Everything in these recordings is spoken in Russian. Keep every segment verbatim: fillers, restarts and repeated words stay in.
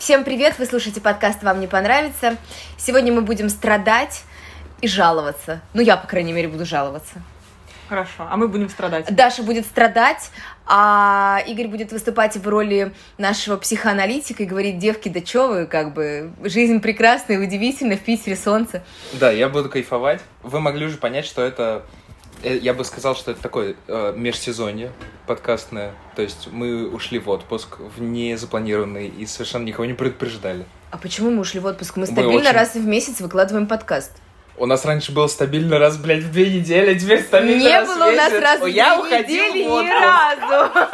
Всем привет! Вы слушаете подкаст «Вам не понравится». Сегодня мы будем страдать и жаловаться. Ну, я, по крайней мере, буду жаловаться. Хорошо, а мы будем страдать. Даша будет страдать, а Игорь будет выступать в роли нашего психоаналитика и говорить: девки, да чё вы, как бы, жизнь прекрасная и удивительна, в Питере солнце. Да, я буду кайфовать. Вы могли уже понять, что это... Я бы сказал, что это такое э, межсезонье подкастное. То есть мы ушли в отпуск, в незапланированный, и совершенно никого не предупреждали. А почему мы ушли в отпуск? Мы Мы стабильно очень... раз в месяц выкладываем подкаст. У нас раньше было стабильно раз, блядь, в две недели, а теперь стабильно Не раз было у нас месяц. раз в О, я две уходил недели в ни отпуск. разу.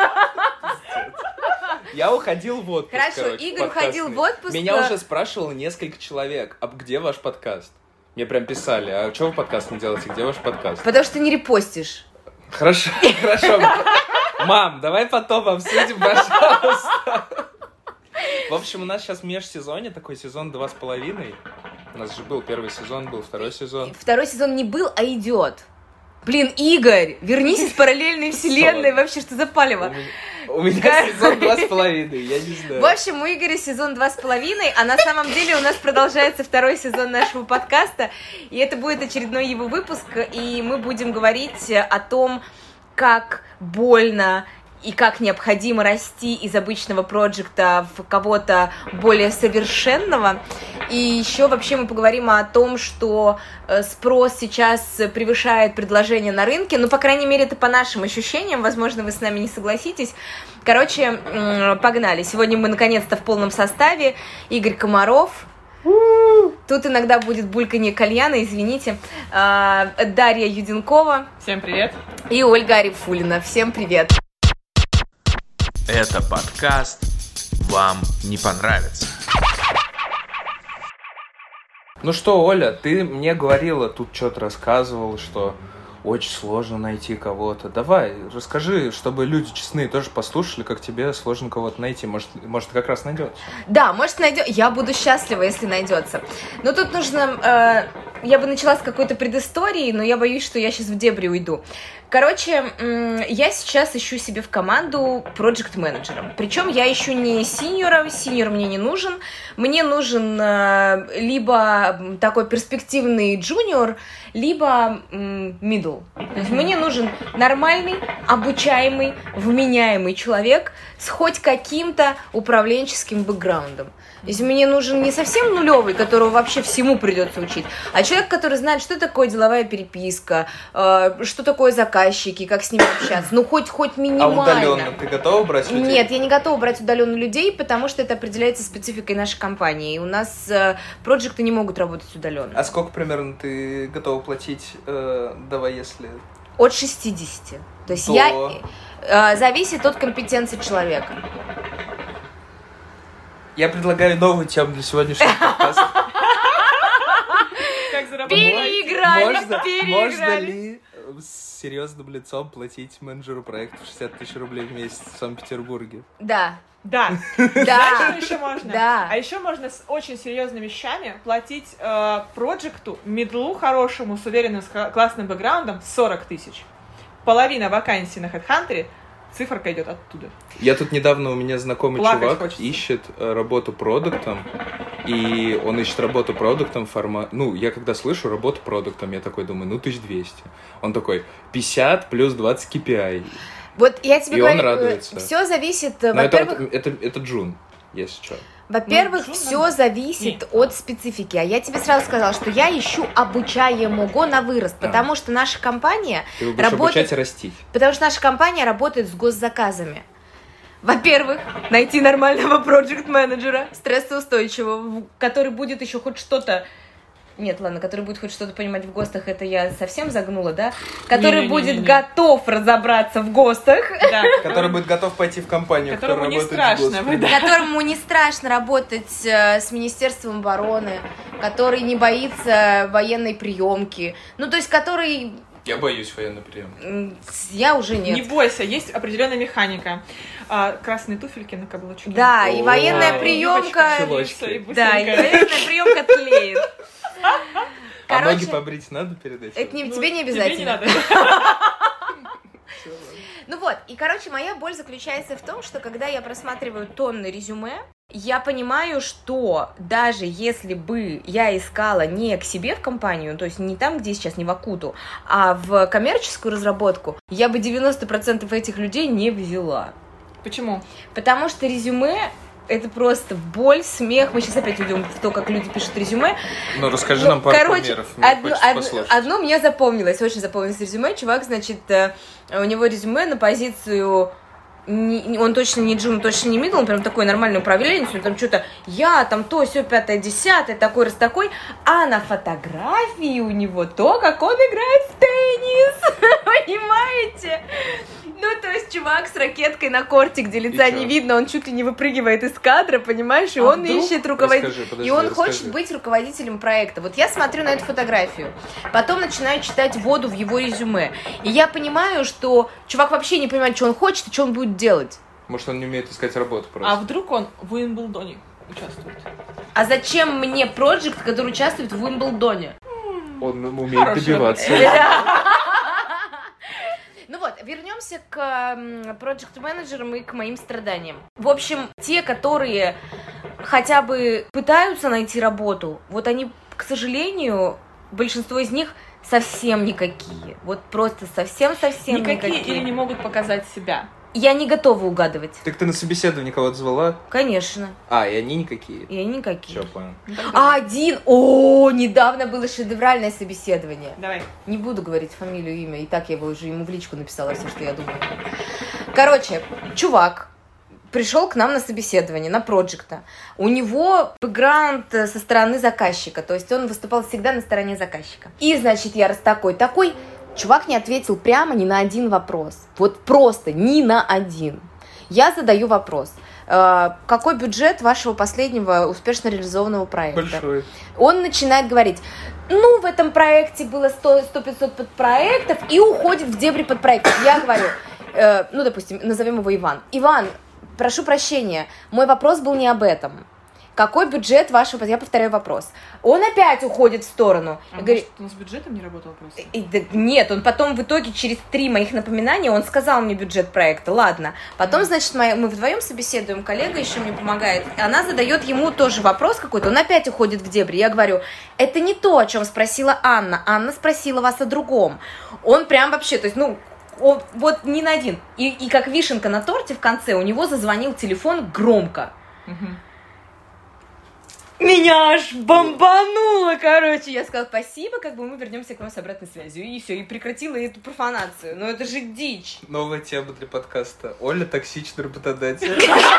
Я уходил в отпуск. Хорошо, короче, Игорь уходил в отпуск. Меня уже спрашивало несколько человек: а где ваш подкаст? Мне прям писали: а что вы подкаст не делаете, где ваш подкаст? Потому что ты не репостишь. Хорошо, хорошо. Мам, давай потом обсудим, пожалуйста. В общем, у нас сейчас межсезонье, такой сезон два с половиной. У нас же был первый сезон, был второй сезон. Второй сезон не был, а идет. Блин, Игорь, вернись из параллельной вселенной. Вообще, что за палево? У меня сезон два с половиной, я не знаю. В общем, у Игоря сезон два с половиной, а на самом деле у нас продолжается второй сезон нашего подкаста, и это будет очередной его выпуск, и мы будем говорить о том, как больно и как необходимо расти из обычного проекта в кого-то более совершенного. И еще вообще мы поговорим о том, что спрос сейчас превышает предложение на рынке. Ну, по крайней мере, это по нашим ощущениям. Возможно, вы с нами не согласитесь. Короче, погнали. Сегодня мы наконец-то в полном составе. Игорь Комаров. Тут иногда будет бульканье кальяна, извините. Дарья Юденкова. Всем привет. И Ольга Арифулина. Всем привет. Это подкаст «Вам не понравится». Ну что, Оля, ты мне говорила, тут что-то рассказывала, что очень сложно найти кого-то. Давай, расскажи, чтобы люди честные тоже послушали, как тебе сложно кого-то найти. Может, может как раз найдется. Да, может, найдется. Я буду счастлива, если найдется. Но тут нужно... Э, я бы начала с какой-то предыстории, но я боюсь, что я сейчас в дебри уйду. Короче, я сейчас ищу себе в команду проект-менеджера. Причем я ищу не синьора, синьор мне не нужен. Мне нужен либо такой перспективный джуниор, либо middle. То есть мне нужен нормальный, обучаемый, вменяемый человек с хоть каким-то управленческим бэкграундом. То есть мне нужен не совсем нулевый, которого вообще всему придется учить, а человек, который знает, что такое деловая переписка, что такое заказчики, как с ними общаться. Ну, хоть, хоть минимально. А удаленно ты готова брать людей? Нет, я не готова брать удаленно людей, потому что это определяется спецификой нашей компании. И у нас проекты не могут работать удаленно. А сколько примерно ты готова платить, э, давай, если... От шестидесяти. То есть До... я... Э, зависит от компетенции человека. Я предлагаю новую тему для сегодняшнего подкаста. Как заработать? Переиграли, Можно, переиграли. можно ли с серьезным лицом платить менеджеру проекта шестьдесят тысяч рублей в месяц в Санкт-Петербурге? Да. Да. Да. Знаешь, что еще можно? Да. А еще можно с очень серьезными вещами платить э, проекту, мидлу хорошему, с уверенным, с классным бэкграундом сорок тысяч. Половина вакансий на HeadHunter, циферка идет оттуда. Я тут недавно, у меня знакомый Плакать чувак хочется. ищет э, работу продуктом, и он ищет работу продуктом формат... Ну, я когда слышу работу продуктом, я такой думаю, ну, тысяча двести. Он такой, пятьдесят плюс двадцать кей пи ай. Вот я тебе И говорю, он радуется. все зависит, Но во-первых... это, это, это Джун, если что. Во-первых, Ну, все надо. зависит Нет. от специфики. А я тебе сразу сказала, что я ищу обучаемого на вырост, А. потому что наша компания Ты его будешь работает... обучать и растить. Потому что наша компания работает с госзаказами. Во-первых, найти нормального проект-менеджера, стрессоустойчивого, который будет еще хоть что-то... Нет, ладно, который будет хоть что-то понимать в ГОСТах, это я совсем загнула, да? Который Не-не-не-не-не. будет готов разобраться в ГОСТах. Да. Который будет готов пойти в компанию, Которому которая не работает страшно, с ГОСТом. вы, да. Которому не страшно работать э, с Министерством обороны, который не боится военной приемки. Ну, то есть, который... Я боюсь военный прием. м, Я уже нет. Не бойся, есть определенная механика. А, красные туфельки на каблучке. Да, и О, военная юбочка, приемка... чулочки. и Да, и бусинка. военная приемка тлеет. А ноги Короче, побрить надо перед этим? это не, Ну, тебе не Тебе не обязательно. надо. Ну вот, и, короче, моя боль заключается в том, что когда я просматриваю тонны резюме, Я понимаю, что даже если бы я искала не к себе в компанию, то есть не там, где сейчас, не в Акуту, а в коммерческую разработку, я бы девяносто процентов этих людей не взяла. Почему? Потому что резюме — это просто боль, смех. Мы сейчас опять уйдем в то, как люди пишут резюме. Ну, расскажи Ну, нам пару короче, примеров. Мне одно, хочется од- послушать. одно мне запомнилось, очень запомнилось резюме. Чувак, значит, э, у него резюме на позицию... Не, не- он точно не джун, точно не мидл, он прям такой нормальный управленец, он там что-то я, там то, сё, пятое, десятое, такой раз такой, а на фотографии у него то, как он играет в теннис, понимаете? Ну, то есть чувак с ракеткой на корте, где лица И не чё? видно, он чуть ли не выпрыгивает из кадра, понимаешь, и А он вдруг? ищет руководителя, Расскажи, подожди, и он расскажи. хочет быть руководителем проекта. Вот я смотрю на эту фотографию, потом начинаю читать воду в его резюме, и я понимаю, что чувак вообще не понимает, что он хочет и что он будет делать. Может, он не умеет искать работу просто. А вдруг он в Уимблдоне участвует? А зачем мне проект, который участвует в Уимблдоне? Он умеет Хороший добиваться. Ну вот, вернемся к проект-менеджерам и к моим страданиям. В общем, те, которые хотя бы пытаются найти работу, вот они, к сожалению, большинство из них совсем никакие. Вот просто совсем-совсем никакие. Никакие или не могут показать себя? Я не готова угадывать. Так ты на собеседование кого-то звала? Конечно. А, и они никакие. И они никакие. Все, понял. Ну, тогда- А один, о, недавно было шедевральное собеседование. Давай. Не буду говорить фамилию, имя, и так я его уже ему в личку написала все, что я думаю. Короче, чувак пришел к нам на собеседование, на проекта. У него бэкграунд со стороны заказчика, то есть он выступал всегда на стороне заказчика. И, значит, я раз такой, такой, чувак не ответил прямо ни на один вопрос. Вот просто ни на один. Я задаю вопрос. Э, Какой бюджет вашего последнего успешно реализованного проекта? Большой. Он начинает говорить, ну, в этом проекте было сто-пятьсот подпроектов и уходит в дебри подпроектов. Я говорю, э, ну, допустим, назовем его Иван. Иван, прошу прощения, мой вопрос был не об этом. Какой бюджет вашего... Я повторяю вопрос. Он опять уходит в сторону. А Я говорю, может, он с бюджетом не работал просто? и да нет, он потом в итоге через три моих напоминания, он сказал мне бюджет проекта, ладно. Потом, значит, мы, мы вдвоем собеседуем, коллега еще мне помогает, и она задает ему тоже вопрос какой-то, он опять уходит в дебри. Я говорю, это не то, о чем спросила Анна, Анна спросила вас о другом. Он прям вообще, то есть, ну, он, вот ни на один. И, и как вишенка на торте в конце у него зазвонил телефон громко. Мгм. Меня аж бомбануло, короче. Я сказала, спасибо, как бы мы вернемся к вам с обратной связью. И все, и прекратила эту профанацию. Но это же дичь. Новая тема для подкаста. Оля токсичный работодатель.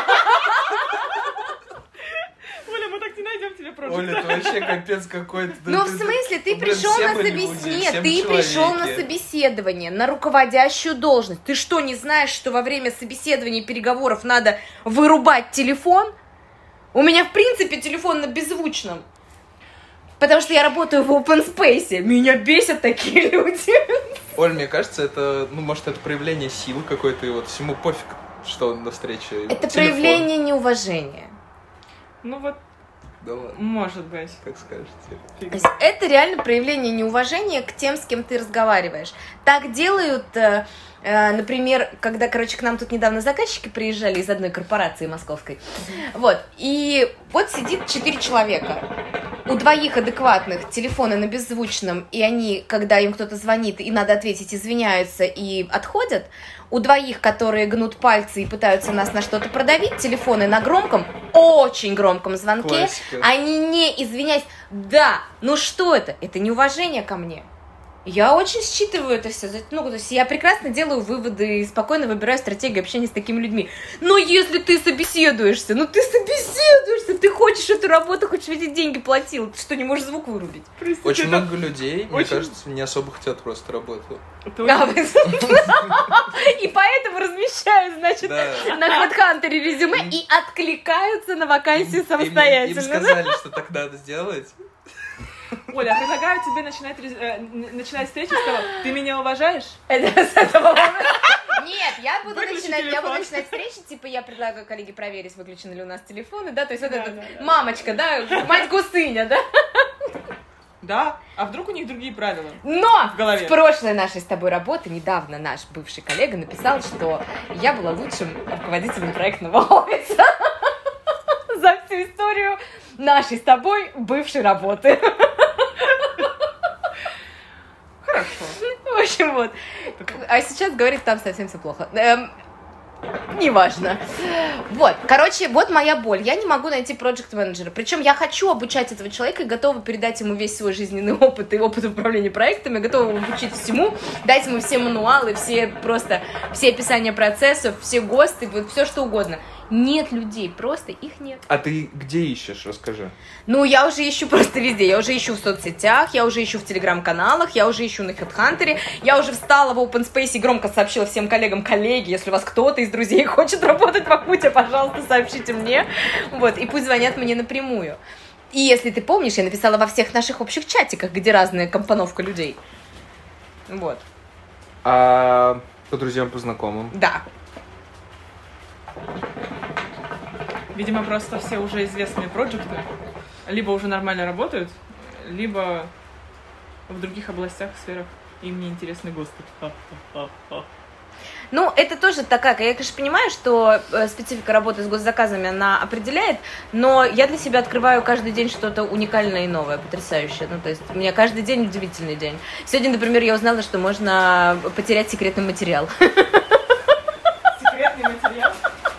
Оля, мы так не найдем тебе проект. Оля, это вообще капец какой-то. Ну, в смысле, ты блин, пришел все на мы люди, собеседование, все мы ты пришел на человеки. собеседование, на руководящую должность. Ты что, не знаешь, что во время собеседования и переговоров надо вырубать телефон? У меня, в принципе, телефон на беззвучном. Потому что я работаю в open space. Меня бесят такие люди. Оль, мне кажется, это, ну, может, это проявление силы какой-то, и вот всему пофиг, что он на встрече. Это Телефон. проявление неуважения. Ну вот, Да ладно, может быть. как скажете. То есть это реально проявление неуважения к тем, с кем ты разговариваешь. Так делают, э, э, например, когда, короче, к нам тут недавно заказчики приезжали из одной корпорации московской. Вот. И вот сидит четыре человека. У двоих адекватных телефоны на беззвучном, и они, когда им кто-то звонит, и надо ответить, извиняются и отходят. У двоих, которые гнут пальцы и пытаются нас на что-то продавить, телефоны на громком, очень громком звонке, Классика. они не извиняюсь. Да, ну что это? Это неуважение ко мне. Я очень считываю это все. Ну, то есть я прекрасно делаю выводы и спокойно выбираю стратегию общения с такими людьми. Но если ты собеседуешься, ну ты собеседуешься, ты хочешь эту работу, хочешь эти деньги платил, ты что, не можешь звук вырубить? Простите, Очень это- много людей, мне очень- кажется, не особо хотят просто работу. это А, очень- И поэтому размещают, значит, Да. на HeadHunter резюме и откликаются на вакансию Им- самостоятельно. Им, им сказали, что так надо сделать. Оля, предлагаю тебе начинать, рез- э, н- начинать встречу с того, ты меня уважаешь? Это с этого момента. Нет, я буду Выключи начинать, я буду телефон. начинать встречи, типа я предлагаю коллеге проверить, выключены ли у нас телефоны, да, то есть вот Да, эта да, да. мамочка, да, мать гусыня, да. Да. А вдруг у них другие правила? Но В голове. с прошлой нашей с тобой работы недавно наш бывший коллега написал, что я была лучшим руководителем проектного офиса. За нашей с тобой бывшей работы. Хорошо. В общем, вот. А сейчас говорит, там совсем все плохо. Эм, неважно. Вот, короче, вот моя боль. Я не могу найти проект-менеджера. Причем я хочу обучать этого человека и готова передать ему весь свой жизненный опыт и опыт управления проектами, готова его обучить всему, дать ему все мануалы, все просто, все описания процессов, все ГОСТы, вот все что угодно. Нет людей, просто их нет. А ты где ищешь, расскажи? Ну, я уже ищу просто везде. Я уже ищу в соцсетях, я уже ищу в телеграм-каналах, я уже ищу на HeadHunter, я уже встала в Open Space и громко сообщила всем коллегам: коллеги, если у вас кто-то из друзей хочет работать в Акуте, пожалуйста, сообщите мне. Вот, и пусть звонят мне напрямую. И если ты помнишь, я написала во всех наших общих чатиках, где разная компоновка людей. Вот. А по друзьям, по знакомым? Да. Видимо, просто все уже известные проекты либо уже нормально работают, либо в других областях, сферах им не интересны ГОСТы. Ну, это тоже такая, я, конечно, понимаю, что специфика работы с госзаказами, она определяет, но я для себя открываю каждый день что-то уникальное и новое, потрясающее. Ну, то есть у меня каждый день удивительный день. Сегодня, например, я узнала, что можно потерять секретный материал. Секретный материал?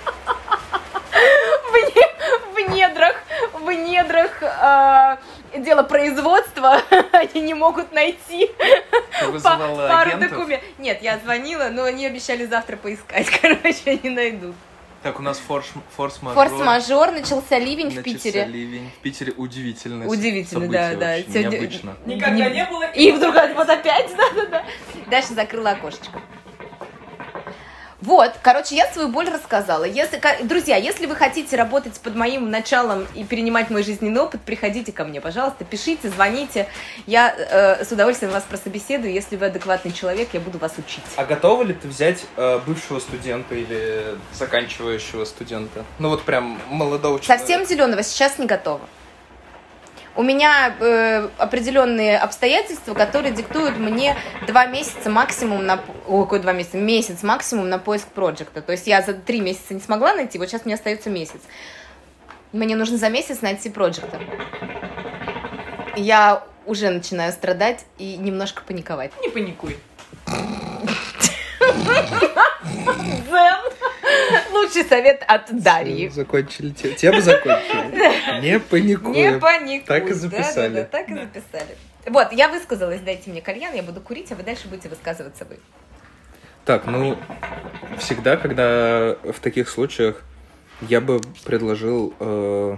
В недрах, в недрах э, дела производства они не могут найти вызывала пару агентов? документов. Нет, я звонила, но они обещали завтра поискать. Короче, они найдут. Так, у нас форс, форс-мажор. Форс-мажор, начался ливень начался в Питере. ливень. В Питере удивительное Удивительно, событие, да, да. вообще, Сегодня... необычно. Никогда не было. И вдруг вот опять, да-да-да. Даша закрыла окошечко. Вот, короче, я свою боль рассказала. Если, друзья, если вы хотите работать под моим началом и перенимать мой жизненный опыт, приходите ко мне, пожалуйста, пишите, звоните. Я э, с удовольствием вас прособеседую. Если вы адекватный человек, я буду вас учить. А готова ли ты взять э, бывшего студента или заканчивающего студента? Ну вот прям молодого человека. Совсем зеленого сейчас не готова. У меня э, определенные обстоятельства, которые диктуют мне два месяца максимум на... Ой, какой два месяца? Месяц максимум на поиск проекта. То есть я за три месяца не смогла найти, вот сейчас мне остается месяц. Мне нужно за месяц найти проекта. Я уже начинаю страдать и немножко паниковать. Не паникуй. Дзен! Лучший совет от Дарьи. Закончили тему, закончили. Не паникуем. Не паникуй. Так и записали. Да, да, да, так и записали. Вот, я высказалась, дайте мне кальян, я буду курить, а вы дальше будете высказываться вы. Так, ну, всегда, когда в таких случаях я бы предложил... Э,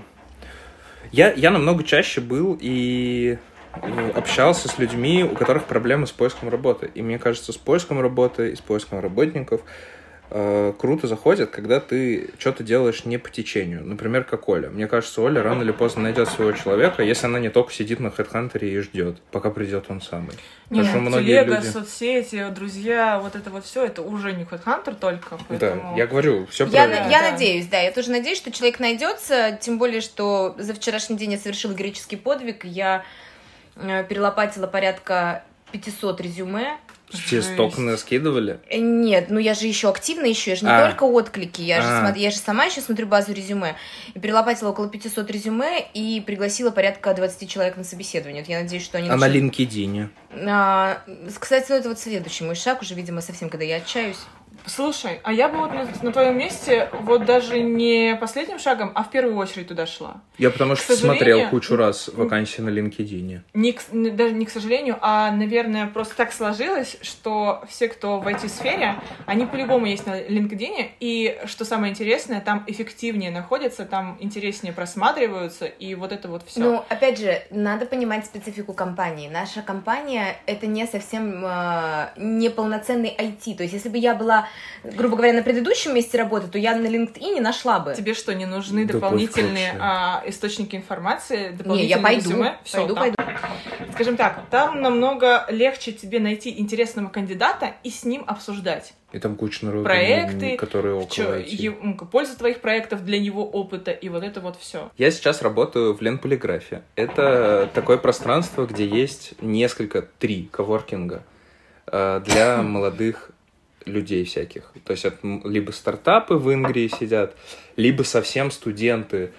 я, я намного чаще был и общался с людьми, у которых проблемы с поиском работы. И мне кажется, с поиском работы и с поиском работников э, круто заходит, когда ты что-то делаешь не по течению. Например, как Оля. Мне кажется, Оля рано или поздно найдет своего человека, если она не только сидит на HeadHunter и ждет, пока придет он самый. Нет, Потому что многие телега, люди... соцсети, друзья, вот это вот все, это уже не HeadHunter только, поэтому... Да, я говорю, все Я, правильно. я Да. надеюсь, да, я тоже надеюсь, что человек найдется, тем более, что за вчерашний день я совершила героический подвиг, я э, перелопатила порядка пятьсот резюме. Тебе столько скидывали? Э, Нет, ну я же еще активно ищу, я же не А. только отклики, я же, А. смо- я же сама еще смотрю базу резюме. И перелопатила около пятьсот резюме и пригласила порядка двадцать человек на собеседование. Вот я надеюсь, что они... А на начнут- LinkedIn? А, кстати, ну это вот следующий мой шаг, уже, видимо, совсем, когда я отчаюсь. Слушай, а я бы вот на, на твоем месте вот даже не последним шагом, а в первую очередь туда шла. Я потому что К сожалению, смотрел кучу раз вакансии на LinkedIn. Не к- не- даже не к сожалению, а, наверное, просто так сложилось, что все, кто в ай ти-сфере, они по-любому есть на LinkedIn, и, что самое интересное, там эффективнее находятся, там интереснее просматриваются, и вот это вот все. Ну, опять же, надо понимать специфику компании. Наша компания — это не совсем э, неполноценный ай ти. То есть, если бы я была, грубо говоря, на предыдущем месте работы, то я на LinkedIn нашла бы. Тебе что, не нужны Да дополнительные пусть а, источники информации, Не, дополнительные я пойду, резюме? Всё, пойду, там. пойду. Скажем так, там намного легче тебе найти интересного кандидата и с ним обсуждать И там куча народу, проекты, которые около чё, ай ти. е- ну, пользу твоих проектов для него опыта и вот это вот все. Я сейчас работаю в Ленполиграфе. Это такое пространство, где есть несколько, три коворкинга э, для молодых людей всяких. То есть это м- либо стартапы в Ингрии сидят, либо совсем студенты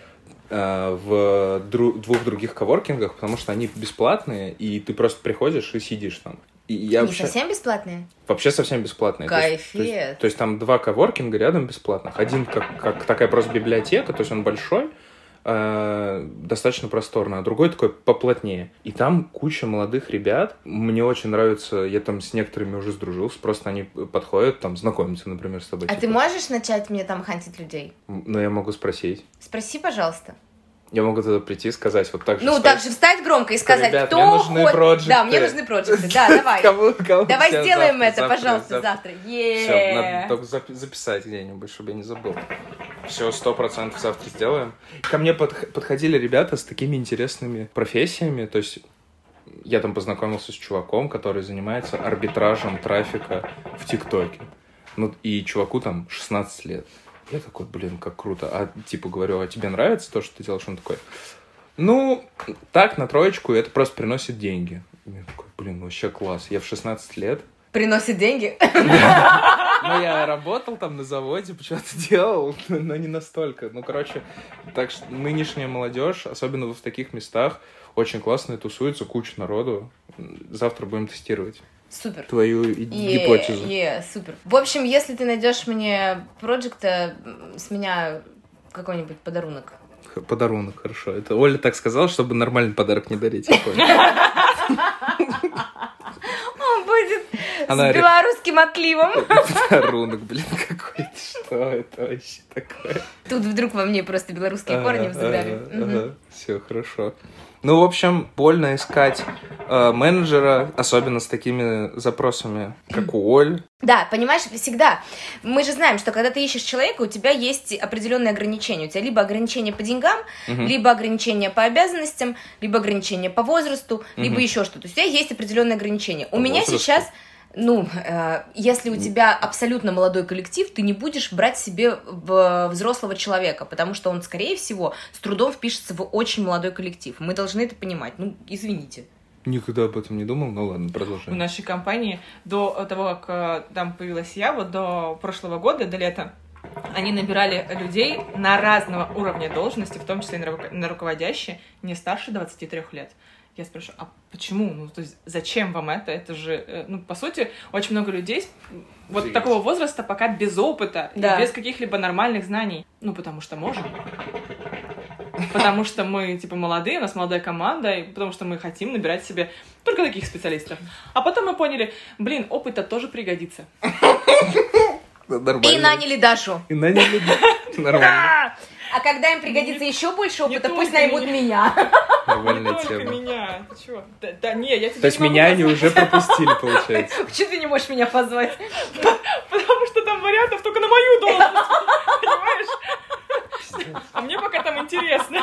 э, в дру- двух других коворкингах, потому что они бесплатные, и ты просто приходишь и сидишь там. И я Не вообще... совсем бесплатные? Вообще совсем бесплатные. Кайфец. То есть, то, есть, то есть там два коворкинга рядом бесплатных. Один как, как такая просто библиотека, то есть он большой, э, достаточно просторный, а другой такой поплотнее. И там куча молодых ребят. Мне очень нравится, я там с некоторыми уже сдружился, просто они подходят, там, знакомятся, например, с тобой. А типа. Ты можешь начать мне там хантить людей? Ну, я могу спросить. Спроси, пожалуйста. Я могу туда прийти и сказать вот так же. Ну, встать. так же встать громко и сказать, Ребят, кто мне нужны хочет... проджекты. Да, мне нужны проджекты, да, давай. Кого- кого Давай сейчас сделаем завтра, это, завтра, пожалуйста, завтра. Все, надо Е-е-е. только запи- записать где-нибудь, чтобы я не забыл. Все, сто процентов завтра сделаем. Ко мне подх- подходили ребята с такими интересными профессиями, то есть я там познакомился с чуваком, который занимается арбитражем трафика в ТикТоке. Ну, и чуваку там шестнадцать лет. Я такой, блин, как круто. А типа говорю, а тебе нравится то, что ты делаешь? Он такой, ну, так, на троечку, это просто приносит деньги. Я такой, блин, вообще класс. Я в шестнадцать лет. Приносит деньги? Ну, я работал там на заводе, что-то делал, но не настолько. Ну, короче, так что нынешняя молодежь, особенно в таких местах, очень классно тусуется, куча народу. Завтра будем тестировать Супер. твою и- гипотезу. Е, супер. В общем, если ты найдешь мне проджекта, с меня какой-нибудь подарунок. Х- Подарунок, хорошо. Это Оля так сказала, чтобы нормальный подарок не дарить. я понял. Он будет Она с ре- белорусским отливом. Подарунок, блин, какой-то. Что это вообще такое? Тут вдруг во мне просто белорусские корни взыграли. Все хорошо. Ну, в общем, больно искать э, менеджера, особенно с такими запросами, как у Оль. Да, понимаешь, всегда. Мы же знаем, что когда ты ищешь человека, у тебя есть определенные ограничения. У тебя либо ограничения по деньгам, Мгм. либо ограничения по обязанностям, либо ограничения по возрасту, либо Мгм. еще что-то. То есть у тебя есть определенные ограничения. По У меня возрасту? сейчас, ну, э, если у тебя абсолютно молодой коллектив, ты не будешь брать себе в- взрослого человека, потому что он, скорее всего, с трудом впишется в очень молодой коллектив. Мы должны это понимать. Ну, извините. Никогда об этом не думал, ну ладно, В продолжаем. нашей компании до того, как э, там появилась я, вот до прошлого года, до лета, они набирали людей на разного уровня должности, в том числе и на руко- на руководящие, не старше двадцати трёх лет. Я спрашиваю, а почему? Ну, то есть, зачем вам это? Это же, э, ну, по сути, очень много людей с- вот Офигеть. такого возраста пока без опыта, и Да. без каких-либо нормальных знаний. Ну, потому что можем. Потому что мы, типа, молодые, у нас молодая команда, и потому что мы хотим набирать себе только таких специалистов. А потом мы поняли, блин, опыт-то тоже пригодится. Нормально. И наняли Дашу. И наняли. Нормально. А когда им пригодится еще больше не опыта, только пусть наймут меня. меня. Не Нормальная только тема. меня. Ты чего? Да, да не, я тебе То есть не могу меня они позвать, уже пропустили, получается. Почему ты не можешь меня позвать? Потому что там вариантов только на мою должность. Понимаешь? А мне пока там интересно.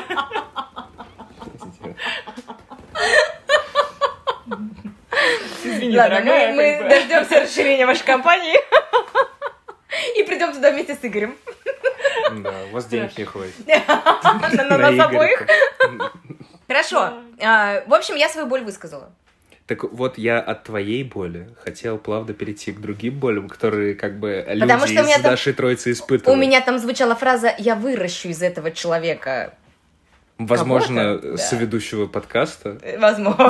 Извини, Ладно, дорогая. мы, мы как бы. дождемся расширения вашей компании и придем туда вместе с Игорем. Да, у вас денег не хватит. На на нас Игоря. обоих. Хорошо. А, В общем, я свою боль высказала. Так вот, я от твоей боли хотел плавно перейти к другим болям, которые как бы люди Потому что у меня из там- нашей троицы У испытывают. меня там звучала фраза «я выращу из этого человека». Возможно, кого-то, да. соведущего подкаста Э, Возможно.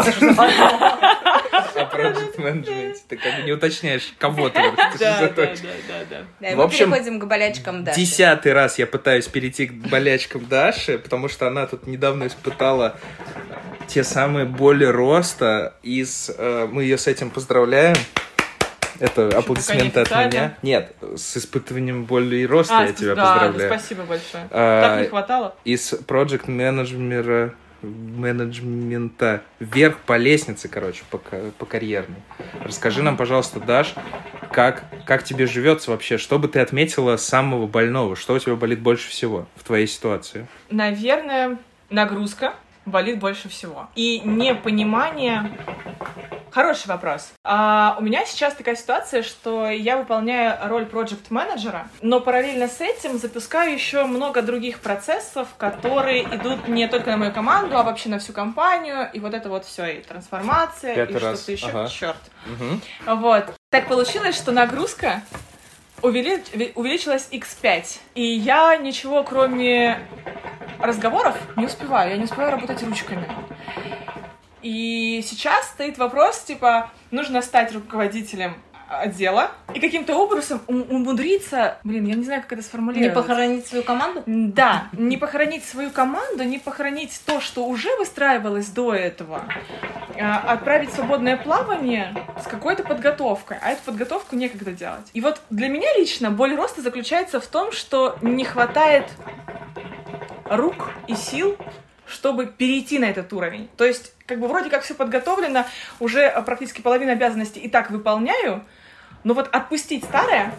о проект менеджменте. Ты как бы не уточняешь, кого ты Да, да, да, заточишь. да, да. Да, и В мы общем, переходим к болячкам Даши. Десятый раз я пытаюсь перейти к болячкам Даши, потому что она тут недавно испытала те самые боли роста. Из, э, мы ее с этим поздравляем. Это Еще аплодисменты пока от неофициально. меня. Нет, с испытыванием боли и роста А, я тебя да, поздравляю. да, спасибо большое. А, Так не хватало. Из проект менеджмера менеджмента вверх по лестнице, короче, по, ка- по карьерной. Расскажи нам, пожалуйста, Даш, как, как тебе живется вообще? Что бы ты отметила самого больного? Что у тебя болит больше всего в твоей ситуации? Наверное, нагрузка болит больше всего. И непонимание... Хороший вопрос. А, у меня сейчас такая ситуация, что я выполняю роль проект-менеджера, но параллельно с этим запускаю еще много других процессов, которые идут не только на мою команду, а вообще на всю компанию. И вот это вот все, и трансформация, Пятый и раз. что-то еще. Ага. Черт. Угу. Вот. Так получилось, что нагрузка увели- увеличилась икс пять, и я ничего, кроме разговоров, не успеваю. Я не успеваю работать ручками. И сейчас стоит вопрос, типа, нужно стать руководителем отдела и каким-то образом умудриться, блин, я не знаю, как это сформулировать. Не похоронить свою команду? Да, не похоронить свою команду, не похоронить то, что уже выстраивалось до этого, а отправить в свободное плавание с какой-то подготовкой, а эту подготовку некогда делать. И вот для меня лично боль роста заключается в том, что не хватает рук и сил, чтобы перейти на этот уровень. То есть, как бы вроде как все подготовлено, уже практически половину обязанностей и так выполняю, но вот отпустить старое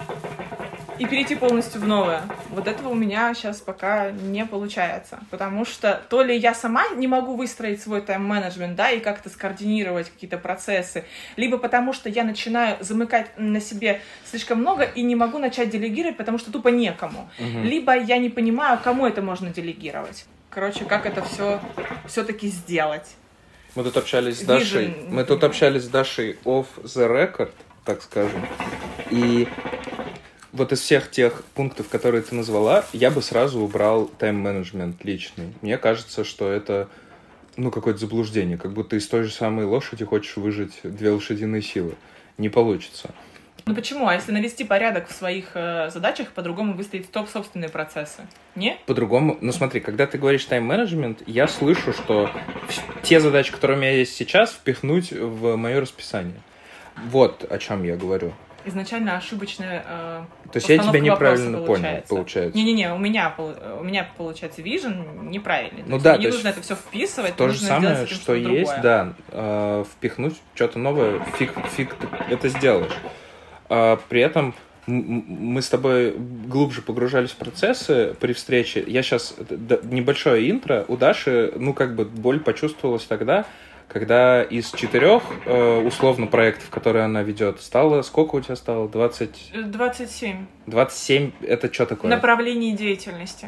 и перейти полностью в новое, вот этого у меня сейчас пока не получается. Потому что то ли я сама не могу выстроить свой тайм-менеджмент, да, и как-то скоординировать какие-то процессы, либо потому что я начинаю замыкать на себе слишком много и не могу начать делегировать, потому что тупо некому. Угу. Либо я не понимаю, кому это можно делегировать. Короче, как это все все-таки сделать. Мы тут общались с Дашей. Vision. Мы тут общались с Дашей off the record, так скажем. И вот из всех тех пунктов, которые ты назвала, я бы сразу убрал тайм-менеджмент личный. Мне кажется, что это, ну, какое-то заблуждение. Как будто из той же самой лошади хочешь выжать две лошадиные силы. Не получится. Ну почему? А если навести порядок в своих э, задачах, по-другому выстроить топ собственные процессы? Не? По-другому. Ну смотри, когда ты говоришь тайм-менеджмент, я слышу, что те задачи, которые у меня есть сейчас, впихнуть в мое расписание. Вот о чем я говорю. Изначально ошибочная э, То есть я тебя неправильно понял, получается. Не-не-не, у меня, у меня получается vision неправильный. Ну да, мне не нужно это все вписывать, то же нужно самое, сделать что есть, другое. Да, э, впихнуть что-то новое, фиг, фиг ты это сделаешь. А при этом мы с тобой глубже погружались в процессы при встрече. Я сейчас... Небольшое интро. У Даши, ну, как бы боль почувствовалась тогда, когда из четырех, условно, проектов, которые она ведет, стало... Сколько у тебя стало? двадцать... двадцать семь. двадцать семь — это что такое? Направлений деятельности.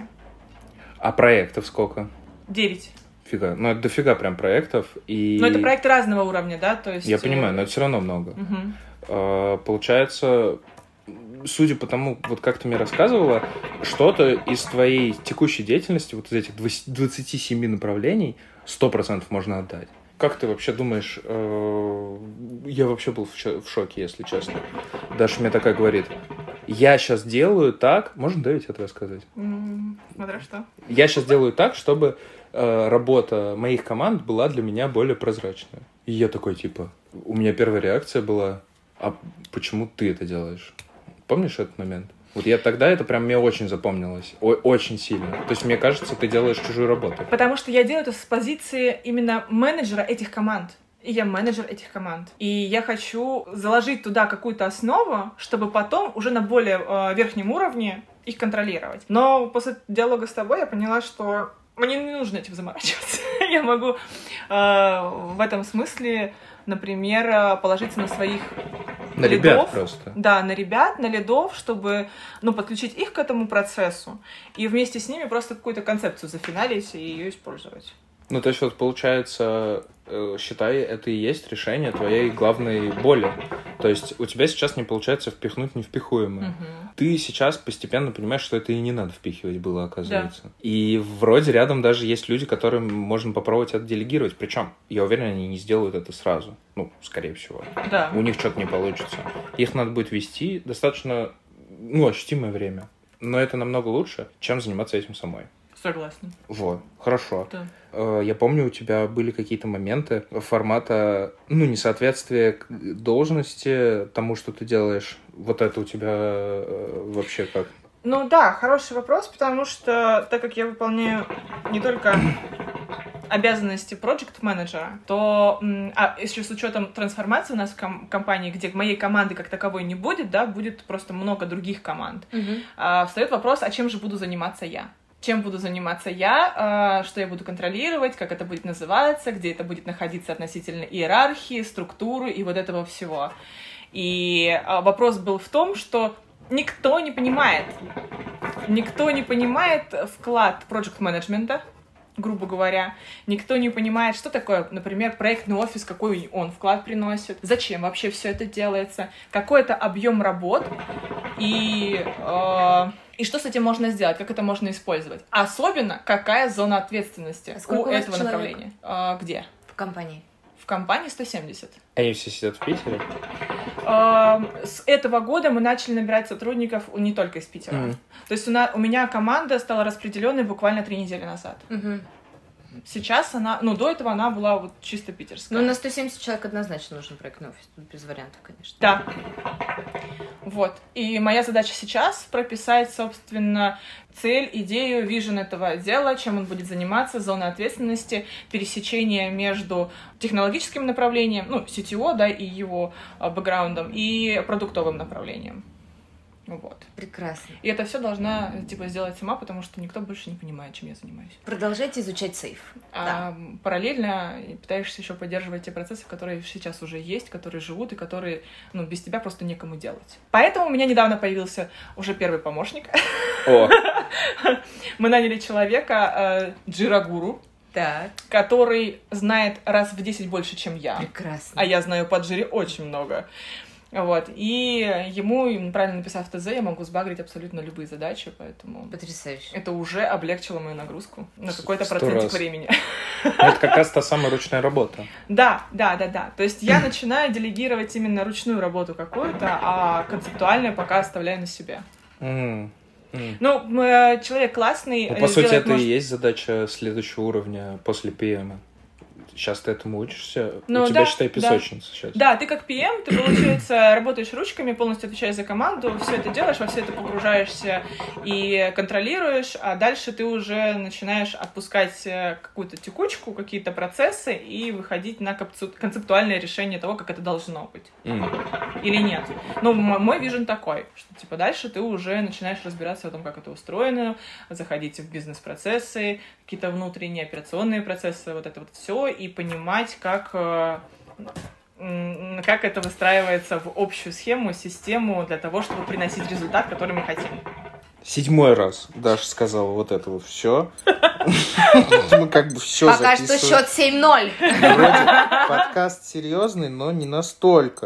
А проектов сколько? девять. Фига. Ну, это дофига прям проектов. И... Но это проекты разного уровня, да? То есть... Я понимаю, но это все равно много. Угу. Получается... Судя по тому, вот как ты мне рассказывала, что-то из твоей текущей деятельности, вот из этих двадцати семи направлений, сто процентов можно отдать. Как ты вообще думаешь? Э, я вообще был в шоке, если честно. Даша мне такая говорит: я сейчас делаю так... Можно, да, ведь это рассказать? Mm, смотря что. Я сейчас делаю так, чтобы э, работа моих команд была для меня более прозрачная. И я такой, типа... У меня первая реакция была: а почему ты это делаешь? Помнишь этот момент? Вот я тогда, это прям мне очень запомнилось. О- очень сильно. То есть, мне кажется, ты делаешь чужую работу. Потому что я делаю это с позиции именно менеджера этих команд. И я менеджер этих команд. И я хочу заложить туда какую-то основу, чтобы потом уже на более э, верхнем уровне их контролировать. Но после диалога с тобой я поняла, что мне не нужно этим заморачиваться. Я могу э, в этом смысле, например, положиться на своих на лидов, ребят просто. Да, на ребят, на лидов, чтобы, ну, подключить их к этому процессу и вместе с ними просто какую-то концепцию зафиналить и ее использовать. Ну, то есть, вот получается, считай, это и есть решение твоей главной боли. То есть, у тебя сейчас не получается впихнуть невпихуемое. Угу. Ты сейчас постепенно понимаешь, что это и не надо впихивать было, оказывается. Да. И вроде рядом даже есть люди, которым можно попробовать это делегировать. Причем, я уверен, они не сделают это сразу. Ну, скорее всего. Да. У них что-то не получится. Их надо будет вести достаточно, ну, ощутимое время. Но это намного лучше, чем заниматься этим самой. Согласна. Вот, хорошо. Да. Я помню, у тебя были какие-то моменты формата, ну, несоответствия к должности, тому, что ты делаешь. Вот это у тебя вообще как? Ну да, хороший вопрос, потому что, так как я выполняю не только обязанности проект-менеджера, то, а еще с учетом трансформации у нас в ком- компании, где моей команды как таковой не будет, да, будет просто много других команд, угу. а, встает вопрос, а чем же буду заниматься я? Чем буду заниматься я, что я буду контролировать, как это будет называться, где это будет находиться относительно иерархии, структуры и вот этого всего. И вопрос был в том, что никто не понимает, никто не понимает вклад проект-менеджмента грубо говоря. Никто не понимает, что такое, например, проектный офис, какой он вклад приносит, зачем вообще все это делается, какой это объем работ и, э, и что с этим можно сделать, как это можно использовать. Особенно, какая зона ответственности а у этого человек? направления. Э, где? В компании. В компании сто семьдесят. Они все сидят в Питере? Э, с этого года мы начали набирать сотрудников не только из Питера. Mm. То есть у, на, у меня команда стала распределенной буквально три недели назад. Mm-hmm. Сейчас она, ну, до этого она была вот чисто питерская. Ну, на сто семьдесят человек однозначно нужен проектный офис, без вариантов, конечно. Да. Вот. И моя задача сейчас прописать, собственно, цель, идею, вижен этого отдела, чем он будет заниматься, зоны ответственности, пересечение между технологическим направлением, ну, си ти о, да, и его а, бэкграундом, и продуктовым направлением. Вот. Прекрасно. И это все должна, типа, сделать сама, потому что никто больше не понимает, чем я занимаюсь. Продолжайте изучать сейф. А Да. Параллельно пытаешься еще поддерживать те процессы, которые сейчас уже есть, которые живут и которые, ну, без тебя просто некому делать. Поэтому у меня недавно появился уже первый помощник. О. Мы наняли человека, Джира-гуру, Так. который знает раз в десять больше, чем я. Прекрасно. А я знаю по Джире очень много. Вот. И ему, правильно написав ТЗ, я могу сбагрить абсолютно любые задачи, поэтому... Потрясающе. Это уже облегчило мою нагрузку на какой-то Сто процентик раз. времени. Это как раз та самая ручная работа. Да, да, да, да. То есть я начинаю делегировать именно ручную работу какую-то, а концептуальную пока оставляю на себе. Mm. Mm. Ну, э, человек классный. Ну, по сути, делает, это может... и есть задача следующего уровня после пи эм. Сейчас ты этому учишься. Ну, У тебя, да, считай, да. песочница сейчас. Да, ты как пи эм, ты, получается, работаешь ручками, полностью отвечаешь за команду, все это делаешь, во все это погружаешься и контролируешь, а дальше ты уже начинаешь отпускать какую-то текучку, какие-то процессы и выходить на концептуальное решение того, как это должно быть. Mm. Или нет. Ну, мой вижен такой, что, типа, дальше ты уже начинаешь разбираться в том, как это устроено, заходить в бизнес-процессы, какие-то внутренние операционные процессы, вот это вот все, и понимать, как, как это выстраивается в общую схему, систему для того, чтобы приносить результат, который мы хотим. Седьмой раз Даша сказала вот это вот все. Мы как бы все Пока что счет семь ноль. Вроде подкаст серьезный, но не настолько.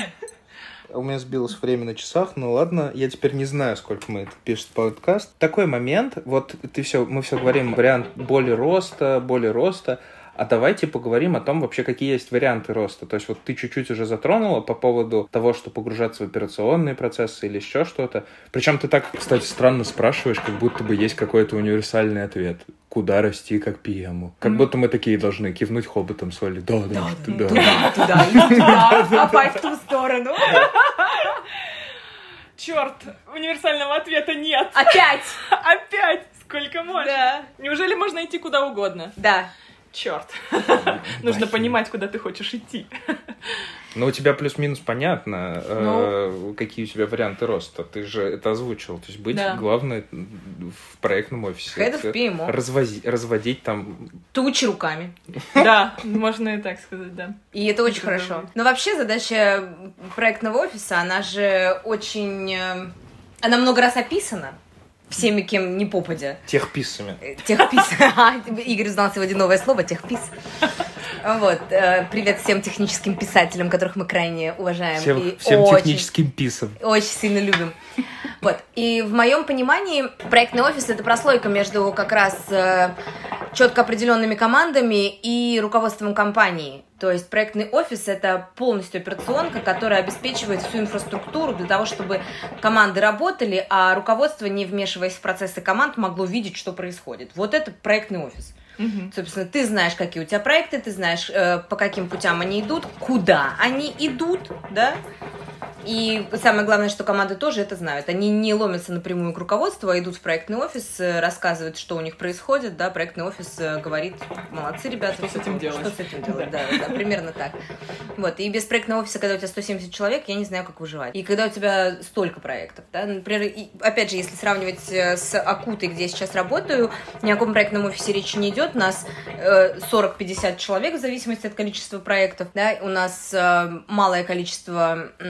У меня сбилось время на часах, ну ладно, я теперь не знаю, сколько мы это пишет подкаст. Такой момент, вот ты все, мы все говорим вариант боли роста, боли роста, а давайте поговорим о том вообще, какие есть варианты роста. То есть вот ты чуть-чуть уже затронула по поводу того, что погружаться в операционные процессы или еще что-то. Причем ты так, кстати, странно спрашиваешь, как будто бы есть какой-то универсальный ответ. Куда расти как пи эм? Как mm. будто мы такие должны кивнуть хоботом с Олей. Да, да, да, туда. Туда, туда, иди туда, копай в ту сторону. Черт, универсального ответа нет. Опять! Опять! Сколько можно? Да. Неужели можно идти куда угодно? Да. Черт. Нужно понимать, куда ты хочешь идти. Ну, у тебя плюс-минус понятно, ну, э, какие у тебя варианты роста. Ты же это озвучил. То есть быть да. главной в проектном офисе. Head of пи эм о. Развози, разводить там... Тучи руками. Да, можно и так сказать, да. И это очень хорошо. Но вообще задача проектного офиса, она же очень... Она много раз описана. Всеми, кем не попадя. Техписами. Техпис. Игорь узнал сегодня новое слово, техпис. Вот. Привет всем техническим писателям, которых мы крайне уважаем. Всем, и всем очень, техническим писам. Очень сильно любим. Вот. И в моем понимании проектный офис — это прослойка между как раз четко определенными командами и руководством компании. То есть проектный офис — это полностью операционка, которая обеспечивает всю инфраструктуру для того, чтобы команды работали, а руководство, не вмешиваясь в процессы команд, могло видеть, что происходит. Вот это проектный офис. Угу. Собственно, ты знаешь, какие у тебя проекты, ты знаешь, э, по каким путям они идут, куда они идут, да? И самое главное, что команды тоже это знают. Они не ломятся напрямую к руководству, а идут в проектный офис, рассказывают, что у них происходит, да, проектный офис говорит: молодцы, ребята. Что с этим делать? Что с этим делать, да, да, да, примерно так. Вот, и без проектного офиса, когда у тебя сто семьдесят человек, я не знаю, как выживать. И когда у тебя столько проектов, да, например, и, опять же, если сравнивать с Акутой, где я сейчас работаю, ни о каком проектном офисе речи не идет, у нас э, сорок-пятьдесят человек в зависимости от количества проектов, да, у нас э, малое количество э,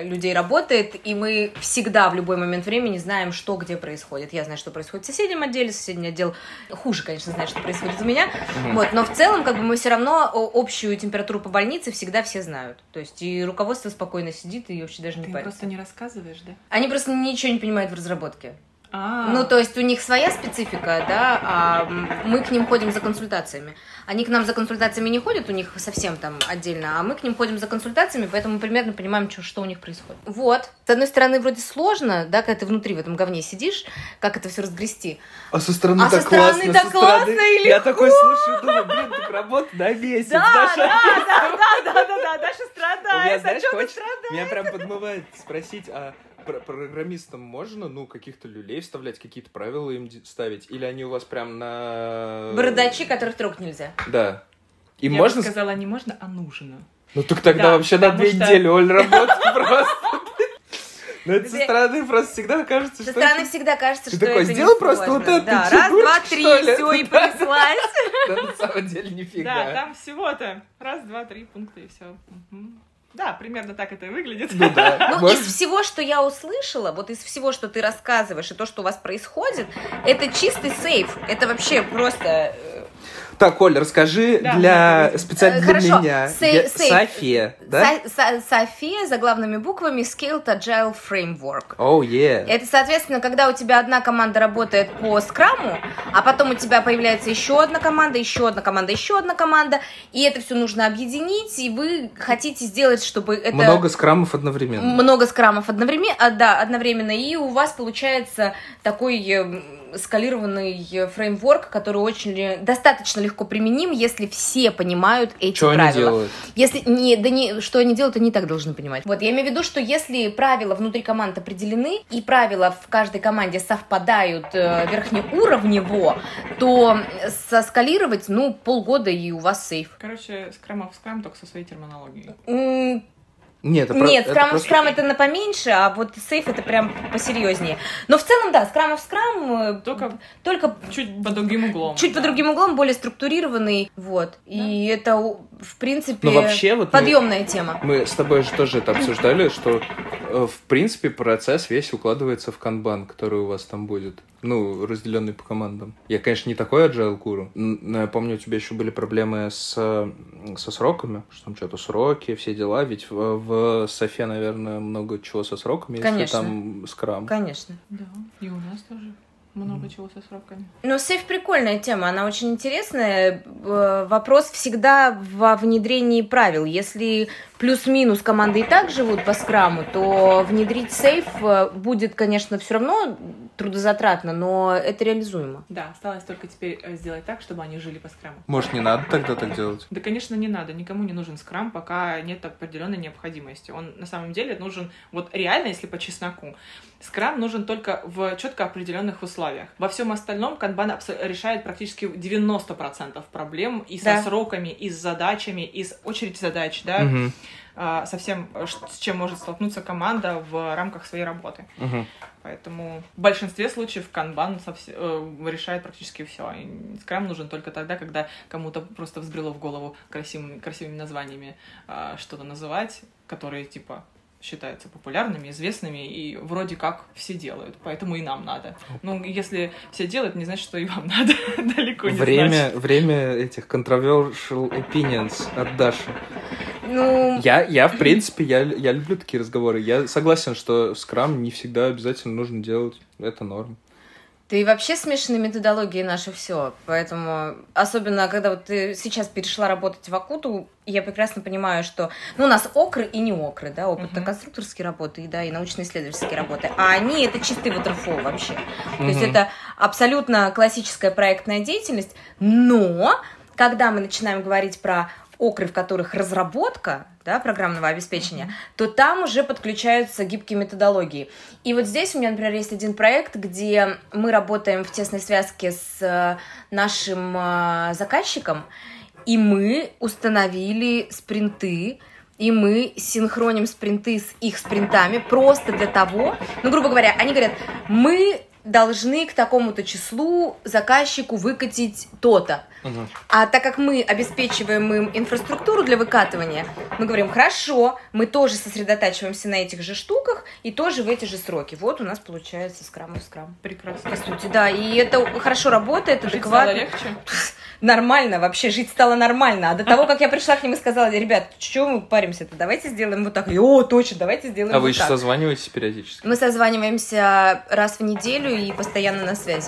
людей работает, и мы всегда в любой момент времени знаем, что где происходит. Я знаю, что происходит в соседнем отделе, соседний отдел хуже, конечно, знает, что происходит у меня. Mm-hmm. Вот, но в целом, как бы, мы все равно общую температуру по больнице всегда все знают. То есть и руководство спокойно сидит и вообще даже не Ты парится. просто не рассказываешь, да? Они просто ничего не понимают в разработке. А-а-а. Ну, то есть у них своя специфика, да, а мы к ним ходим за консультациями. Они к нам за консультациями не ходят, у них совсем там отдельно, а мы к ним ходим за консультациями, поэтому мы примерно понимаем, что, что у них происходит. Вот. С одной стороны, вроде сложно, да, когда ты внутри в этом говне сидишь, как это все разгрести. А со стороны а так со стороны классно. так со классно стороны... и легко. Я такой слушаю, думаю, блин, так работа на месяц. Да, Даша. да, да, да, да, да, да, Даша У меня, страдает, а знаешь, что ты хочешь- страдаешь? меня прям подмывает спросить, а про- программистам можно, ну, каких-то люлей вставлять, какие-то правила им де- ставить? Или они у вас прям на... Бородачи, которых трогать нельзя. Да. Им Я можно... бы сказала, не можно, а нужно. Ну, так тогда Да, вообще на потому две что- недели, Оль, работать просто. Ну, это со Две- стороны просто всегда кажется, Со что... стороны всегда кажется, Ты что такой, это сделай не просто сложно. вот это, Да, чебуречек, раз, два, три, что ли? все, и Да. понеслась. Да, на самом деле Да, нифига. там всего-то раз, два, три пункта и все. Да, примерно так это и выглядит. Ну да. Ну, Может- из всего, что я услышала, вот из всего, что ты рассказываешь, и то, что у вас происходит, это чистый сейф. Это вообще просто... э, Так, Оль, расскажи Да, для да, специально Э, для хорошо. меня. Сей- Я- сейф. София, да? Со- Со- София заглавными буквами Scaled Agile Framework. Оу, е. Это, соответственно, когда у тебя одна команда работает по скраму, а потом у тебя появляется еще одна команда, еще одна команда, еще одна команда, и это все нужно объединить, и вы хотите сделать, чтобы это... Много скрамов одновременно. Много скрамов одновременно, да, одновременно, и у вас получается такой э, скалированный э, фреймворк, который очень ли- достаточно легко применим, если все понимают эти Что они правила. делают? Если не, да не, что они делают, они и так должны понимать. Вот, я имею в виду, что если правила внутри команд определены, и правила в каждой команде совпадают э, верхнеуровнево, то соскалировать, ну, полгода, и у вас сейф. Короче, скрам в скрам, только со своей терминологией. М, Нет, это про- Нет, это скрам в просто- скрам это на поменьше, а вот сейф это прям посерьезнее. Но в целом, да, скрам в скрам э, Только только чуть под другим углом. чуть да. под другим углом, более структурированный, вот. И это, в принципе, Ну, вообще, вот мы- подъемная тема. Мы с тобой же тоже это обсуждали, что э, в принципе процесс весь укладывается в канбан, который у вас там будет. Ну, разделенный по командам. Я, конечно, не такой agile гуру, но я помню, у тебя еще были проблемы с, со сроками, что там что-то сроки, все дела, ведь в, в Софе, наверное, много чего со сроками, Конечно. если там скрам. Конечно. Да, и у нас тоже много чего со сроками. Ну, сейф прикольная тема, она очень интересная. Э, Вопрос всегда во внедрении правил. Если плюс-минус команды и так живут по скраму, то внедрить сейф э, будет, конечно, все равно трудозатратно, но это реализуемо. Да, осталось только теперь э, сделать так, чтобы они жили по скраму. Может, не надо тогда так делать? Да, конечно, не надо. Никому не нужен скрам, пока нет определенной необходимости. Он на самом деле нужен, вот реально, если по чесноку, скрам нужен только в четко определенных условиях. Во всем остальном канбан абсо- решает практически девяносто процентов проблем и со Да. сроками, и с задачами, и с очередь задач, да, Мгм. а, со всем, э, ш- с чем может столкнуться команда в рамках своей работы. Мгм. Поэтому в большинстве случаев канбан совсе- э, решает практически все. Скрам нужен только тогда, когда кому-то просто взбрело в голову красивыми, красивыми названиями а, что-то называть, которые типа считаются популярными, известными, и вроде как все делают, поэтому и нам надо. Ну, если все делают, не значит, что и вам надо. Далеко не Время, значит. время этих controversial opinions от Даши. Ну, Я, я в принципе, я, я люблю такие разговоры. Я согласен, что скрам не всегда обязательно нужно делать. Это норм. ты вообще смешанные методологии наше все, поэтому особенно когда вот ты сейчас перешла работать в Акуту, я прекрасно понимаю, что ну, у нас окры и не окры, да, опытно-конструкторские работы, да, и научно-исследовательские работы, а они это чистый waterfall вообще. То есть Мгм. это абсолютно классическая проектная деятельность, но когда мы начинаем говорить про окры, в которых разработка, да, программного обеспечения, то там уже подключаются гибкие методологии. И вот здесь у меня, например, есть один проект, где мы работаем в тесной связке с э, нашим э, заказчиком, и мы установили спринты, и мы синхроним спринты с их спринтами просто для того, ну, грубо говоря, они говорят, мы должны к такому-то числу заказчику выкатить то-то. Угу. А так как мы обеспечиваем им инфраструктуру для выкатывания, мы говорим, хорошо, мы тоже сосредотачиваемся на этих же штуках и тоже в эти же сроки. Вот у нас получается скрам и скрам. Прекрасно. По сути, да. И это хорошо работает, Жить адекватно. стало легче? Нормально, вообще жить стало нормально. А до того, как я пришла к ним и сказала, ребят, что мы паримся-то, давайте сделаем вот так. И, о, точно, давайте сделаем А вот вы еще так. созваниваетесь периодически? Мы созваниваемся раз в неделю и постоянно на связи.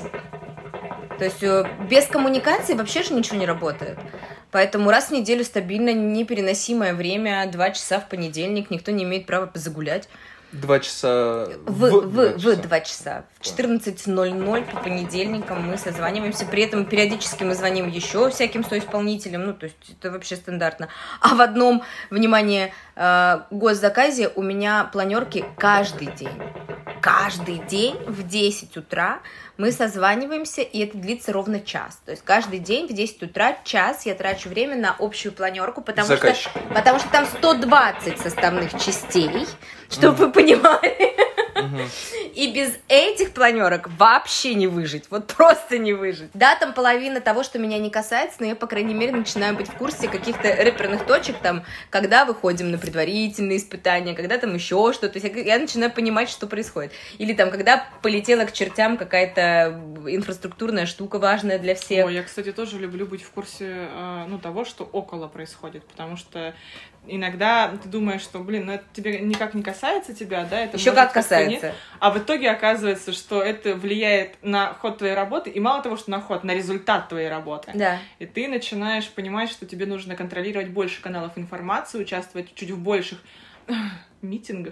То есть э, без коммуникации вообще же ничего не работает. Поэтому раз в неделю стабильно непереносимое время, два часа в понедельник, никто не имеет права позагулять. Два часа... В, в, два в часа. два часа. В четырнадцать ноль ноль по понедельникам мы созваниваемся. При этом периодически мы звоним еще всяким соисполнителям. Ну, то есть это вообще стандартно. А в одном, внимание, э, госзаказе у меня планерки каждый день. Каждый день в десять утра мы созваниваемся, и это длится ровно час. То есть каждый день в десять утра час я трачу время на общую планерку, потому что, потому что там сто двадцать составных частей, чтобы mm. вы понимали. Mm-hmm. И без этих планерок вообще не выжить. Вот просто не выжить. Да, там половина того, что меня не касается, но я, по крайней мере, начинаю быть в курсе каких-то реперных точек, там, когда выходим на предварительные испытания, когда там еще что-то. То есть я, я начинаю понимать, что происходит. Или там, когда полетела к чертям какая-то инфраструктурная штука важная для всех. О, я, кстати, тоже люблю быть в курсе ну, того, что около происходит, потому что иногда ты думаешь, что, блин, ну это тебе никак не касается тебя, да? Это еще как касается. А в итоге оказывается, что это влияет на ход твоей работы, и мало того, что на ход, на результат твоей работы. Да. И ты начинаешь понимать, что тебе нужно контролировать больше каналов информации, участвовать чуть в больших митингах.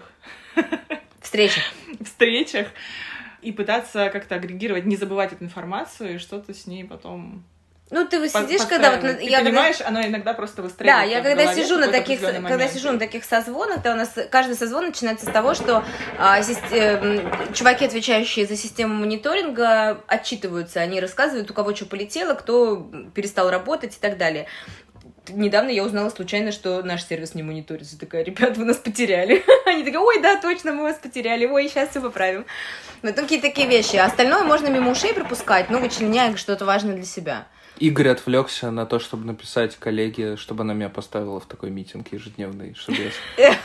Встречах. Встречах. И пытаться как-то агрегировать, не забывать эту информацию, и что-то с ней потом... Ну, ты сидишь, когда вот... Ты я понимаешь, когда... она иногда просто выстраивается. Да, я когда сижу на таких, когда сижу на таких созвонах, то у нас каждый созвон начинается с того, что а, систем... чуваки, отвечающие за систему мониторинга, отчитываются, они рассказывают, у кого что полетело, кто перестал работать и так далее. Недавно я узнала случайно, что наш сервис не мониторится. Такая, ребят, вы нас потеряли. Они такие, ой, да, точно, мы вас потеряли. Ой, сейчас все поправим. Ну, какие-то такие вещи. А остальное можно мимо ушей пропускать, ну, вычленяя что-то важное для себя. Игорь отвлекся на то, чтобы написать коллеге, чтобы она меня поставила в такой митинг ежедневный, чтобы я...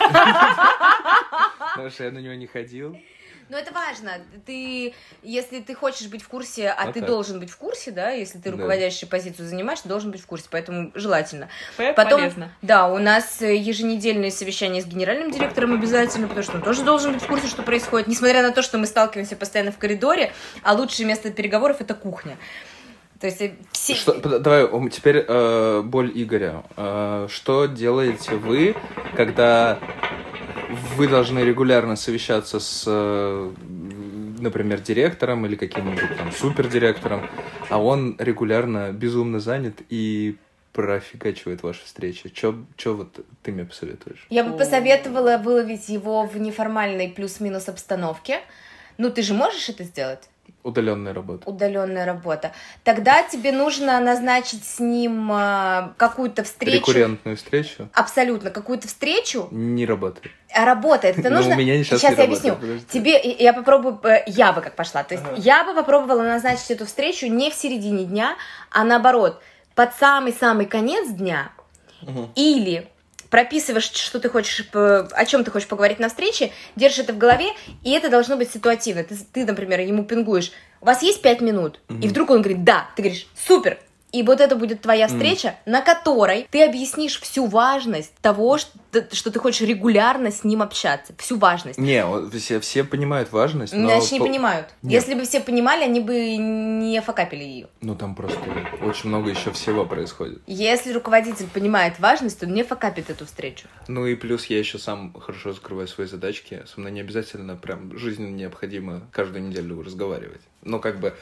Потому что я на него не ходил. Ну, это важно. Ты, если ты хочешь быть в курсе, а ну, ты так. должен быть в курсе, да, если ты руководящую да. позицию занимаешь, ты должен быть в курсе, поэтому желательно. Это Потом, полезно. Да, у нас еженедельные совещания с генеральным директором обязательно, потому что он тоже должен быть в курсе, что происходит, несмотря на то, что мы сталкиваемся постоянно в коридоре, а лучшее место переговоров — это кухня. То есть все... Что, давай, теперь э, боль Игоря. Э, что делаете вы, когда вы должны регулярно совещаться с, э, например, директором или каким-нибудь там супердиректором, а он регулярно безумно занят и профигачивает ваши встречи? Чё, чё вот ты мне посоветуешь? Я бы посоветовала выловить его в неформальной плюс-минус обстановке. Ну, ты же можешь это сделать? Удаленная работа. Удаленная работа. Тогда тебе нужно назначить с ним э, какую-то встречу. Рекуррентную встречу? Абсолютно. Какую-то встречу. Не работает. А работает. Это нужно... Но у меня сейчас, сейчас не я работает, объясню. Подожди. Тебе, я попробую, я бы как пошла. То есть ага. я бы попробовала назначить эту встречу не в середине дня, а наоборот, под самый-самый конец дня. Угу. Или... прописываешь, что ты хочешь, о чем ты хочешь поговорить на встрече, держишь это в голове, и это должно быть ситуативно. Ты, ты например, ему пингуешь, у вас есть пять минут? Mm-hmm. И вдруг он говорит, да. Ты говоришь, супер. И вот это будет твоя встреча, mm-hmm. на которой ты объяснишь всю важность того, что, что ты хочешь регулярно с ним общаться. Всю важность. Не, все, все понимают важность, но... Значит, не по... понимают. Нет. Если бы все понимали, они бы не факапили ее. Ну, там просто очень много еще всего происходит. Если руководитель понимает важность, то он не факапит эту встречу. Ну и плюс я еще сам хорошо закрываю свои задачки. Со мной не обязательно прям жизненно необходимо каждую неделю разговаривать. Ну, как бы...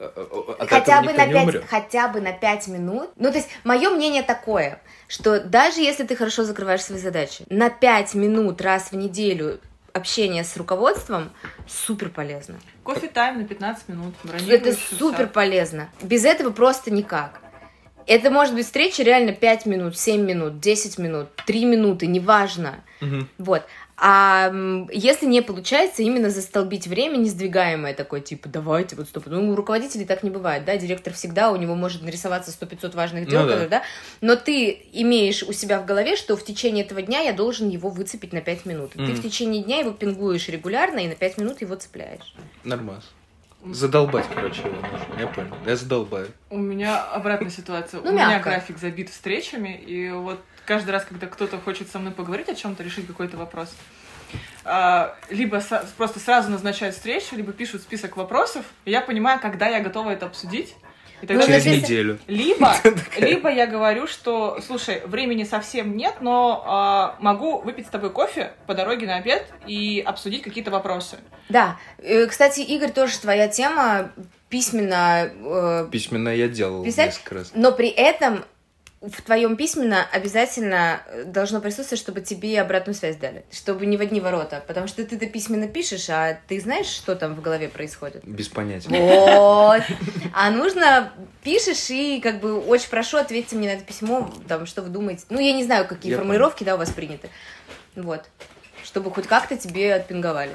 От хотя бы, на пять, хотя бы на пять минут. Ну, то есть, мое мнение такое, что даже если ты хорошо закрываешь свои задачи, на пять минут раз в неделю общение с руководством супер полезно. Кофе-тайм на пятнадцать минут. Это супер полезно. Без этого просто никак. Это может быть встреча реально пять минут, семь минут, десять минут, три минуты, неважно. Угу. Вот. А если не получается, именно застолбить время несдвигаемое такое, типа, давайте, вот стоп. Ну, у руководителей так не бывает, да, директор всегда, у него может нарисоваться сто-пятьсот важных дел, Ну да. которые, да, но ты имеешь у себя в голове, что в течение этого дня я должен его выцепить на пять минут. Ты Мгм. в течение дня его пингуешь регулярно и на пять минут его цепляешь. Нормас. Задолбать, короче, его нужно. Я понял. Я задолбаю. У меня обратная ситуация. Ну, У меня мягко. график забит встречами, и вот каждый раз, когда кто-то хочет со мной поговорить о чем-то, решить какой-то вопрос, а, либо со- просто сразу назначают встречу, либо пишут список вопросов, и я понимаю, когда я готова это обсудить. И тогда Ну, Через если- неделю. Либо, либо я говорю, что, слушай, времени совсем нет, но а, могу выпить с тобой кофе по дороге на обед и обсудить какие-то вопросы. Да, Э, кстати, Игорь, тоже твоя тема, письменно э, Письменно я делал Писать? несколько раз. но при этом в твоем письменно обязательно должно присутствовать, чтобы тебе обратную связь дали, чтобы не в одни ворота, потому что ты-то письменно пишешь, а ты знаешь, что там в голове происходит? Без понятия. Вот. А нужно пишешь и как бы очень прошу, ответьте мне на это письмо, там, что вы думаете. Ну, я не знаю, какие Я формулировки, да, у вас приняты. Вот. Чтобы хоть как-то тебе отпинговали.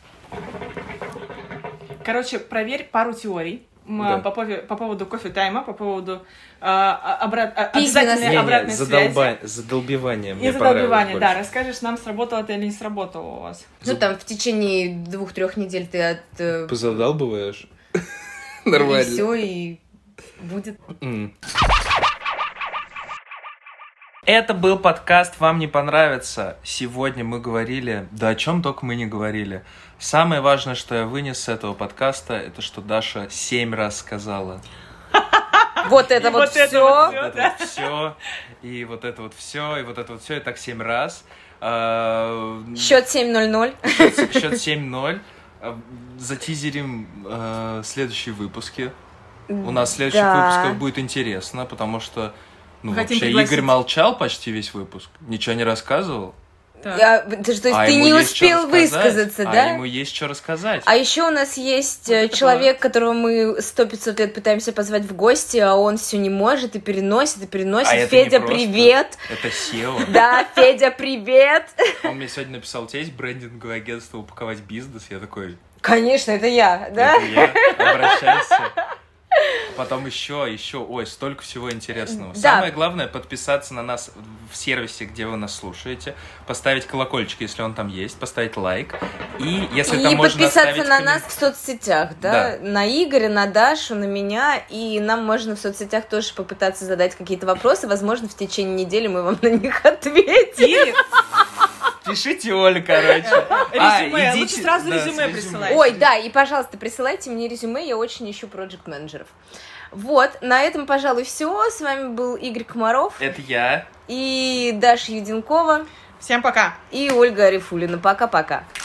Короче, проверь пару теорий. М, Да. По, пове- по поводу кофе-тайма, по поводу а, обрат- а, Письменной обязательной связи. Не, обратной не, связи. задолба... задолбевание мне И задолбивание, понравилось да. больше. Расскажешь нам, сработало это или не сработало у вас. Ну, там, в течение двух-трех недель ты от... э, Позадалбываешь? И Нормально. все, и будет. М. Это был подкаст «Вам не понравится». Сегодня мы говорили, да о чем только мы не говорили. Самое важное, что я вынес с этого подкаста, это что Даша семь раз сказала. Вот это И вот вот это все. вот Вот это вот все, и вот это вот все, и вот это вот все, и так семь раз. А, Счет семь ноль ноль. Счет семь ноль. А, Затизерим э, следующие выпуски. У нас в следующих Да. выпусках будет интересно, потому что ну, Мы хотим вообще пригласить- Игорь молчал почти весь выпуск, ничего не рассказывал. Так. Я- ты, то есть а ты ему не есть что успел рассказать, высказаться, а да? ему есть что рассказать. А еще у нас есть Вот э, это человек, которого мы сто пятьсот лет пытаемся позвать в гости, а он все не может и переносит, и переносит. А это не Федя, просто. привет! Это сео. Да, Федя, привет! Он мне сегодня написал, у тебя есть брендинговое агентство «Упаковать бизнес»? Я такой, Конечно, это я, да? это я, обращайся. Потом еще, еще, ой, столько всего интересного. Да. Самое главное, подписаться на нас в сервисе, где вы нас слушаете, поставить колокольчик, если он там есть, поставить лайк, и если там И можно подписаться оставить на коммен- нас в соцсетях, да? На Игоря, на Дашу, на меня. И нам можно в соцсетях тоже попытаться задать какие-то вопросы. Возможно, в течение недели мы вам на них ответим. И Пишите Оле, короче. А, резюме. идите- Лучше сразу да, с резюме присылать. Ой, да, и, пожалуйста, присылайте мне резюме, я очень ищу проект-менеджеров. Вот, на этом, пожалуй, все. С вами был Игорь Комаров Это я. и Даша Юденкова всем пока. и Ольга Арифулина. Пока-пока.